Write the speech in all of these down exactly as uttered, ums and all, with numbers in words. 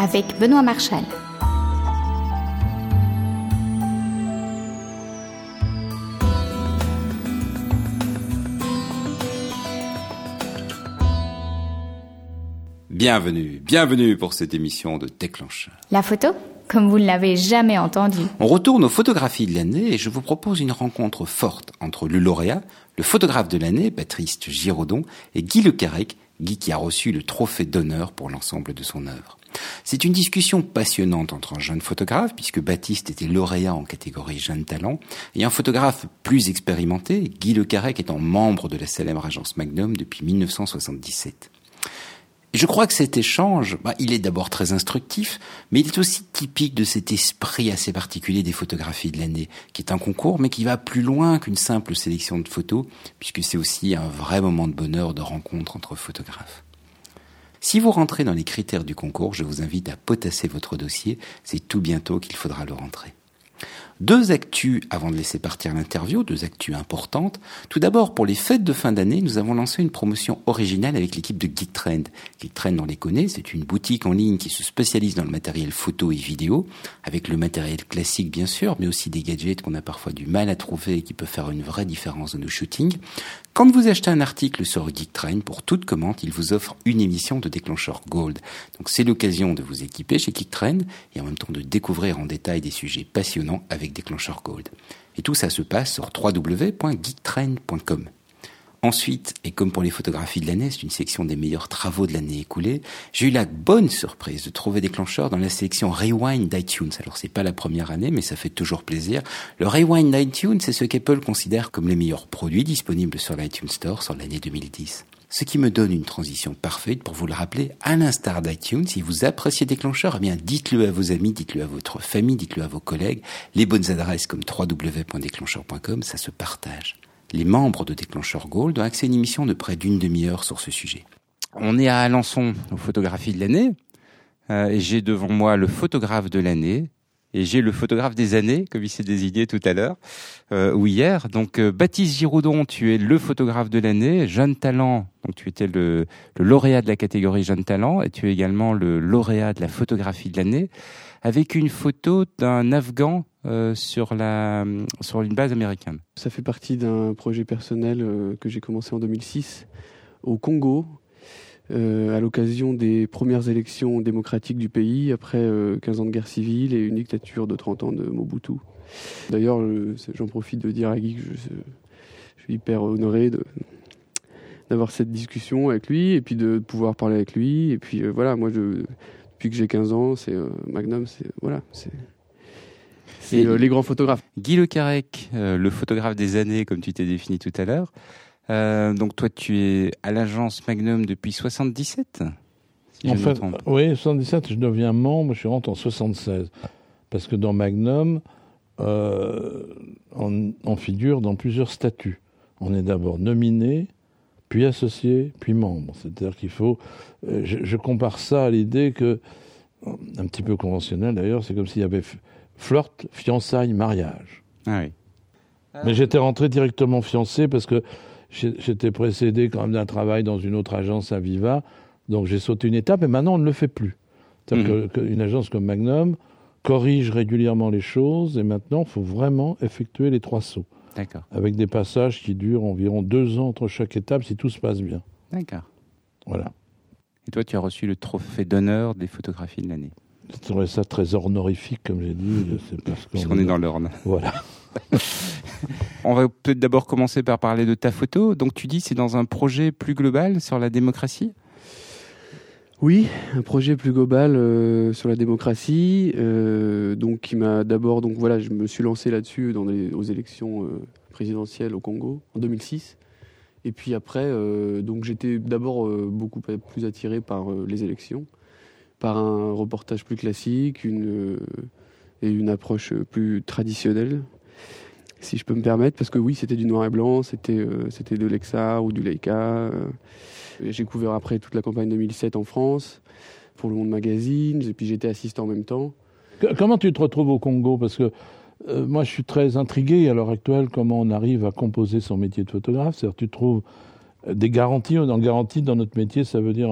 avec Benoît Marchal. Bienvenue, bienvenue pour cette émission de Déclencheur. La photo, comme vous ne l'avez jamais entendu. On retourne aux photographies de l'année et je vous propose une rencontre forte entre le lauréat, le photographe de l'année, Baptiste Giraudon, et Guy Le Carrec, Guy qui a reçu le trophée d'honneur pour l'ensemble de son œuvre. C'est une discussion passionnante entre un jeune photographe, puisque Baptiste était lauréat en catégorie jeune talent, et un photographe plus expérimenté, Guy Le Carrec étant membre de la célèbre agence Magnum depuis dix-neuf cent soixante-dix-sept. Et je crois que cet échange, bah, il est d'abord très instructif, mais il est aussi typique de cet esprit assez particulier des photographies de l'année, qui est un concours, mais qui va plus loin qu'une simple sélection de photos, puisque c'est aussi un vrai moment de bonheur, de rencontre entre photographes. Si vous rentrez dans les critères du concours, je vous invite à potasser votre dossier, c'est tout bientôt qu'il faudra le rentrer. Deux actus avant de laisser partir l'interview, deux actus importantes. Tout d'abord, pour les fêtes de fin d'année, nous avons lancé une promotion originale avec l'équipe de Geektrend. Geektrend, on les connaît, c'est une boutique en ligne qui se spécialise dans le matériel photo et vidéo, avec le matériel classique bien sûr, mais aussi des gadgets qu'on a parfois du mal à trouver et qui peuvent faire une vraie différence dans nos shootings. Quand vous achetez un article sur Geektrend, pour toute commande, il vous offre une émission de Déclencheur Gold. Donc c'est l'occasion de vous équiper chez Geektrend et en même temps de découvrir en détail des sujets passionnants avec Déclencheur Gold. Et tout ça se passe sur w w w point geektrend point com. Ensuite, et comme pour les photographies de l'année, c'est une sélection des meilleurs travaux de l'année écoulée, j'ai eu la bonne surprise de trouver Déclencheur dans la sélection Rewind d'iTunes. Alors c'est pas la première année, mais ça fait toujours plaisir. Le Rewind d'iTunes, c'est ce qu'Apple considère comme les meilleurs produits disponibles sur l'iTunes Store sur l'année deux mille dix. Ce qui me donne une transition parfaite pour vous le rappeler, à l'instar d'iTunes, si vous appréciez Déclencheur, eh bien dites-le à vos amis, dites-le à votre famille, dites-le à vos collègues. Les bonnes adresses comme w w w point déclencheur point com, ça se partage. Les membres de Déclencheur Gold ont accès à une émission de près d'une demi-heure sur ce sujet. On est à Alençon, aux photographies de l'année, euh, et j'ai devant moi le photographe de l'année, et j'ai le photographe des années, comme il s'est désigné tout à l'heure, euh, ou hier. Donc, euh, Baptiste Giraudon, tu es le photographe de l'année, jeune talent, donc tu étais le, le lauréat de la catégorie jeune talent, et tu es également le lauréat de la photographie de l'année, avec une photo d'un Afghan euh, sur, la, sur une base américaine. Ça fait partie d'un projet personnel euh, que j'ai commencé en deux mille six au Congo, euh, à l'occasion des premières élections démocratiques du pays, après euh, quinze ans de guerre civile et une dictature de trente ans de Mobutu. D'ailleurs, euh, j'en profite de dire à Guy que je, je suis hyper honoré de, d'avoir cette discussion avec lui et puis de pouvoir parler avec lui. Et puis euh, voilà, moi, je, depuis que j'ai quinze ans, c'est euh, Magnum, c'est... Voilà, c'est... C'est euh, les grands photographes. Guy Le Carrec, euh, le photographe des années, comme tu t'es défini tout à l'heure. Euh, donc toi, tu es à l'agence Magnum depuis soixante-dix-sept, si en je fait, me trompe. Oui, soixante-dix-sept, je deviens membre, je suis rentré en soixante-seize. Parce que dans Magnum, euh, on, on figure dans plusieurs statuts. On est d'abord nominé, puis associé, puis membre. C'est-à-dire qu'il faut... Euh, je, je compare ça à l'idée que, un petit peu conventionnel d'ailleurs, c'est comme s'il y avait flirt, fiançailles, mariage. Ah oui. Mais j'étais rentré directement fiancé parce que j'étais précédé quand même d'un travail dans une autre agence à Viva, donc j'ai sauté une étape et maintenant on ne le fait plus. C'est-à-dire mmh. que, qu'une agence comme Magnum corrige régulièrement les choses et maintenant il faut vraiment effectuer les trois sauts. D'accord. Avec des passages qui durent environ deux ans entre chaque étape si tout se passe bien. D'accord. Voilà. Et toi tu as reçu le trophée d'honneur des photographies de l'année. Je trouvais ça très honorifique comme j'ai dit. C'est parce qu'on Puisqu'on est dans l'orne. Voilà. On va peut-être d'abord commencer par parler de ta photo. Donc tu dis c'est dans un projet plus global sur la démocratie ? Oui, un projet plus global euh, sur la démocratie. Euh, donc qui m'a d'abord donc voilà, je me suis lancé là-dessus dans les, aux élections euh, présidentielles au Congo en deux mille six. Et puis après, euh, donc j'étais d'abord euh, beaucoup plus attiré par euh, les élections, par un reportage plus classique, une euh, et une approche plus traditionnelle, si je peux me permettre, parce que oui, c'était du noir et blanc, c'était, euh, c'était de l'Exar ou du Leica. Euh, j'ai couvert après toute la campagne deux mille sept en France, pour Le Monde Magazine, et puis j'étais assistant en même temps. Comment tu te retrouves au Congo ? Parce que euh, moi, je suis très intrigué à l'heure actuelle, comment on arrive à composer son métier de photographe. C'est-à-dire tu trouves des garanties, dans garantie dans notre métier, ça veut dire un,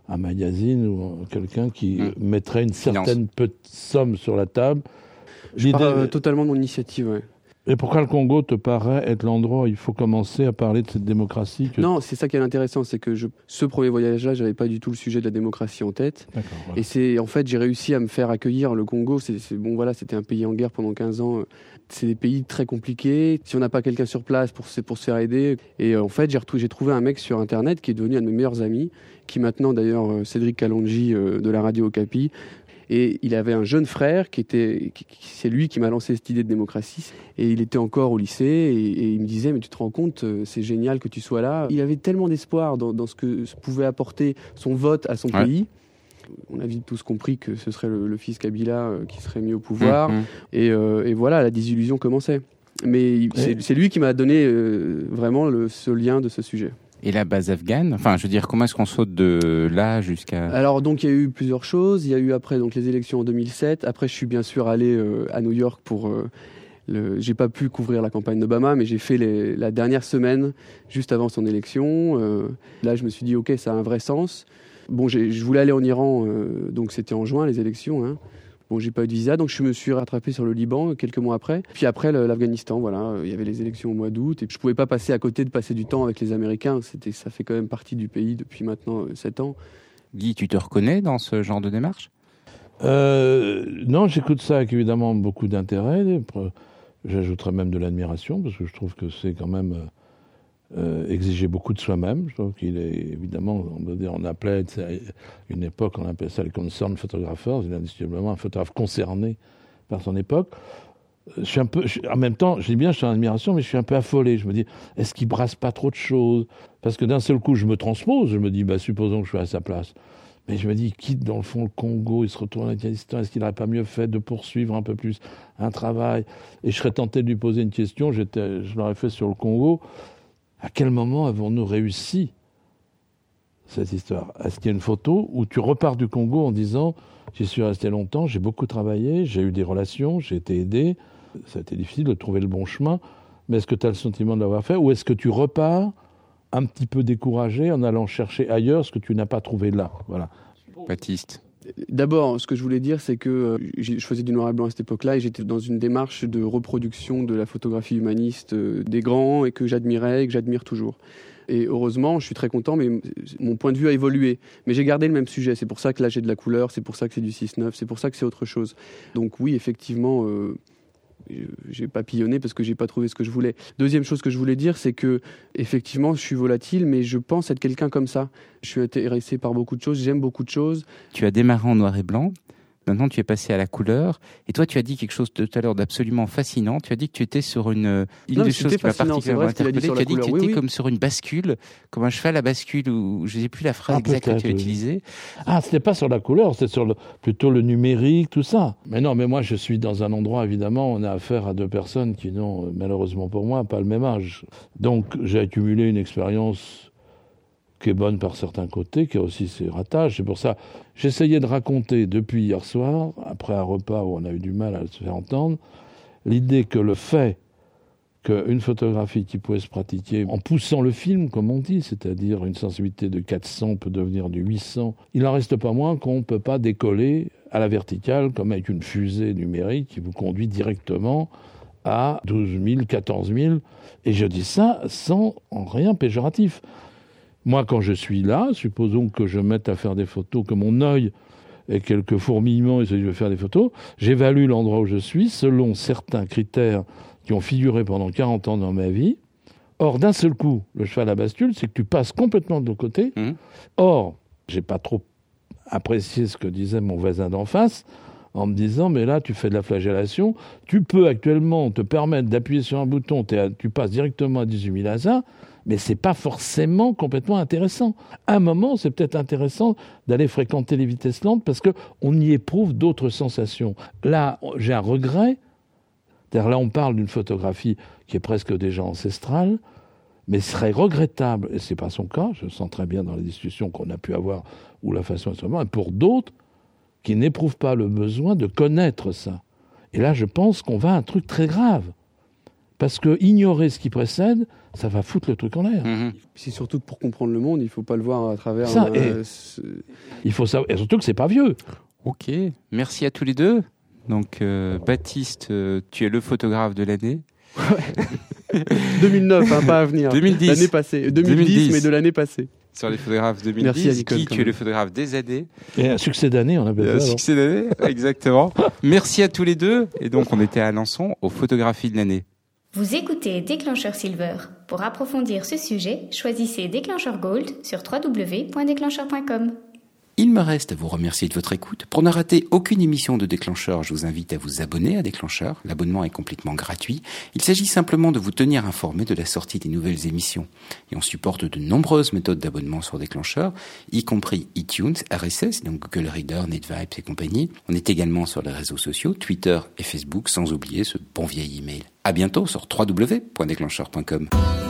un magazine ou quelqu'un qui Mmh. mettrait une Finance. certaine petite somme sur la table. Je L'idée- pars euh, totalement de mon initiative, ouais. Et pourquoi le Congo te paraît être l'endroit où il faut commencer à parler de cette démocratie que... Non, c'est ça qui est intéressant, c'est que je, ce premier voyage-là, j'avais pas du tout le sujet de la démocratie en tête. D'accord, voilà. Et c'est, en fait, j'ai réussi à me faire accueillir. Le Congo, c'est, c'est bon, voilà, c'était un pays en guerre pendant quinze ans. C'est des pays très compliqués. Si on n'a pas quelqu'un sur place pour, se- pour se faire aider. Et euh, en fait, j'ai, retrou- j'ai trouvé un mec sur Internet qui est devenu un de mes meilleurs amis, qui maintenant, d'ailleurs, euh, Cédric Kalonji euh, de la radio Okapi. Et il avait un jeune frère qui était, qui- qui- c'est lui qui m'a lancé cette idée de démocratie. Et il était encore au lycée et, et il me disait, mais tu te rends compte, euh, c'est génial que tu sois là. Il avait tellement d'espoir dans, dans ce que pouvait apporter son vote à son Ouais. pays. On a vite tous compris que ce serait le, le fils Kabila euh, qui serait mis au pouvoir. Mmh, mmh. Et, euh, et voilà, la désillusion commençait. Mais il- c'est, c'est lui qui m'a donné euh, vraiment le, ce lien de ce sujet. Et la base afghane, enfin, je veux dire, comment est-ce qu'on saute de là jusqu'à... Alors donc il y a eu plusieurs choses. Il y a eu après donc les élections en deux mille sept. Après je suis bien sûr allé euh, à New York pour. Euh, le... J'ai pas pu couvrir la campagne d'Obama, mais j'ai fait les... la dernière semaine juste avant son élection. Euh, là je me suis dit ok, ça a un vrai sens. Bon, j'ai... je voulais aller en Iran, euh, donc c'était en juin les élections. Hein. Bon, j'ai pas eu de visa, donc je me suis rattrapé sur le Liban quelques mois après. Puis après le- l'Afghanistan, voilà, il y avait les élections au mois d'août et je pouvais pas passer à côté de passer du temps avec les Américains. C'était, ça fait quand même partie du pays depuis maintenant euh, sept ans. Guy, tu te reconnais dans ce genre de démarche? Euh, non, j'écoute ça avec évidemment beaucoup d'intérêt. J'ajouterais même de l'admiration, parce que je trouve que c'est quand même euh, euh, exiger beaucoup de soi-même. Je trouve qu'il est évidemment, on peut dire, on appelait, à une époque, on appelait ça les concerned photographers. Il est indiscutablement un photographe concerné par son époque. Je suis un peu, je, en même temps, je dis bien, je suis en admiration, mais je suis un peu affolé. Je me dis, est-ce qu'il brasse pas trop de choses? Parce que d'un seul coup, je me transpose. Je me dis, bah, supposons que je sois à sa place. Mais je me dis, il quitte dans le fond le Congo, il se retourne à l'Afghanistan, est-ce qu'il n'aurait pas mieux fait de poursuivre un peu plus un travail? Et je serais tenté de lui poser une question, j'étais, je l'aurais fait sur le Congo. À quel moment avons-nous réussi cette histoire? Est-ce qu'il y a une photo où tu repars du Congo en disant, j'y suis resté longtemps, j'ai beaucoup travaillé, j'ai eu des relations, j'ai été aidé, ça a été difficile de trouver le bon chemin, mais est-ce que tu as le sentiment de l'avoir fait? Ou est-ce que tu repars un petit peu découragé en allant chercher ailleurs ce que tu n'as pas trouvé là? Voilà. Baptiste. D'abord, ce que je voulais dire, c'est que euh, je faisais du noir et blanc à cette époque-là et j'étais dans une démarche de reproduction de la photographie humaniste euh, des grands et que j'admirais et que j'admire toujours. Et heureusement, je suis très content, mais mon point de vue a évolué. Mais j'ai gardé le même sujet. C'est pour ça que là, j'ai de la couleur, c'est pour ça que c'est du six neuf, c'est pour ça que c'est autre chose. Donc oui, effectivement, euh, j'ai papillonné parce que j'ai pas trouvé ce que je voulais. Deuxième chose que je voulais dire, c'est que effectivement, je suis volatile, mais je pense être quelqu'un comme ça. Je suis intéressé par beaucoup de choses, j'aime beaucoup de choses. Tu as démarré en noir et blanc. Maintenant, tu es passé à la couleur. Et toi, tu as dit quelque chose tout à l'heure d'absolument fascinant. Tu as dit que tu étais sur une, une Non, des c'était choses qui m'a fascinant, c'est particulièrement vrai ce qu'il a dit interpellé. sur Tu la as dit que tu couleur. Oui, étais oui. comme sur une bascule, comme un cheval à bascule, ou je ne sais plus la phrase Ah, exacte que peut-être, tu as oui. utilisée. Ah, c'était pas sur la couleur, c'était sur le, plutôt le numérique, tout ça. Mais non, mais moi, je suis dans un endroit, évidemment, on a affaire à deux personnes qui n'ont, malheureusement pour moi, pas le même âge. Donc, j'ai accumulé une expérience qui est bonne par certains côtés, qui a aussi ses ratages. C'est pour ça, j'essayais de raconter depuis hier soir, après un repas où on a eu du mal à se faire entendre, l'idée que le fait qu'une photographie qui pouvait se pratiquer en poussant le film, comme on dit, c'est-à-dire une sensibilité de quatre cents peut devenir du huit cents, il n'en reste pas moins qu'on ne peut pas décoller à la verticale comme avec une fusée numérique qui vous conduit directement à douze mille, quatorze mille. Et je dis ça sans en rien péjoratif. Moi, quand je suis là, supposons que je mette à faire des photos, que mon œil ait quelques fourmillements et que je vais faire des photos, j'évalue l'endroit où je suis selon certains critères qui ont figuré pendant quarante ans dans ma vie. Or, d'un seul coup, le cheval à bascule, c'est que tu passes complètement de l'autre côté. Mmh. Or, j'ai pas trop apprécié ce que disait mon voisin d'en face, en me disant, mais là, tu fais de la flagellation, tu peux actuellement te permettre d'appuyer sur un bouton, à, tu passes directement à dix-huit mille A S A, mais c'est pas forcément complètement intéressant. À un moment, c'est peut-être intéressant d'aller fréquenter les vitesses lentes parce qu'on y éprouve d'autres sensations. Là, j'ai un regret. C'est-à-dire, là, on parle d'une photographie qui est presque déjà ancestrale, mais ce serait regrettable, et c'est pas son cas, je le sens très bien dans les discussions qu'on a pu avoir, ou la façon dont, et pour d'autres qui n'éprouvent pas le besoin de connaître ça. Et là, je pense qu'on va à un truc très grave. Parce que ignorer ce qui précède, ça va foutre le truc en l'air. Mmh. C'est surtout que pour comprendre le monde, il ne faut pas le voir à travers... Ça, euh, et- ce- Il faut savoir, et surtout que c'est pas vieux. Ok, merci à tous les deux. Donc, euh, Baptiste, euh, tu es le photographe de l'année. deux mille neuf, hein, pas à venir. deux mille dix. L'année passée. deux mille dix, deux mille dix. mais de l'année passée. Sur les photographes deux mille dix. Merci à Nicole, Guy, quand tu es le même. photographe des années. Et un succès d'année, on appelle Euh, ça. alors. succès d'année, exactement. Merci à tous les deux. Et donc, on était à Alençon aux photographies de l'année. Vous écoutez Déclencheur Silver. Pour approfondir ce sujet, choisissez Déclencheur Gold sur w w w point déclencheur point com. Il me reste à vous remercier de votre écoute. Pour ne rater aucune émission de Déclencheur, je vous invite à vous abonner à Déclencheur. L'abonnement est complètement gratuit. Il s'agit simplement de vous tenir informé de la sortie des nouvelles émissions. Et on supporte de nombreuses méthodes d'abonnement sur Déclencheur, y compris iTunes, R S S, donc Google Reader, NetVibes et compagnie. On est également sur les réseaux sociaux, Twitter et Facebook, sans oublier ce bon vieil email. À bientôt sur w w w point déclencheur point com.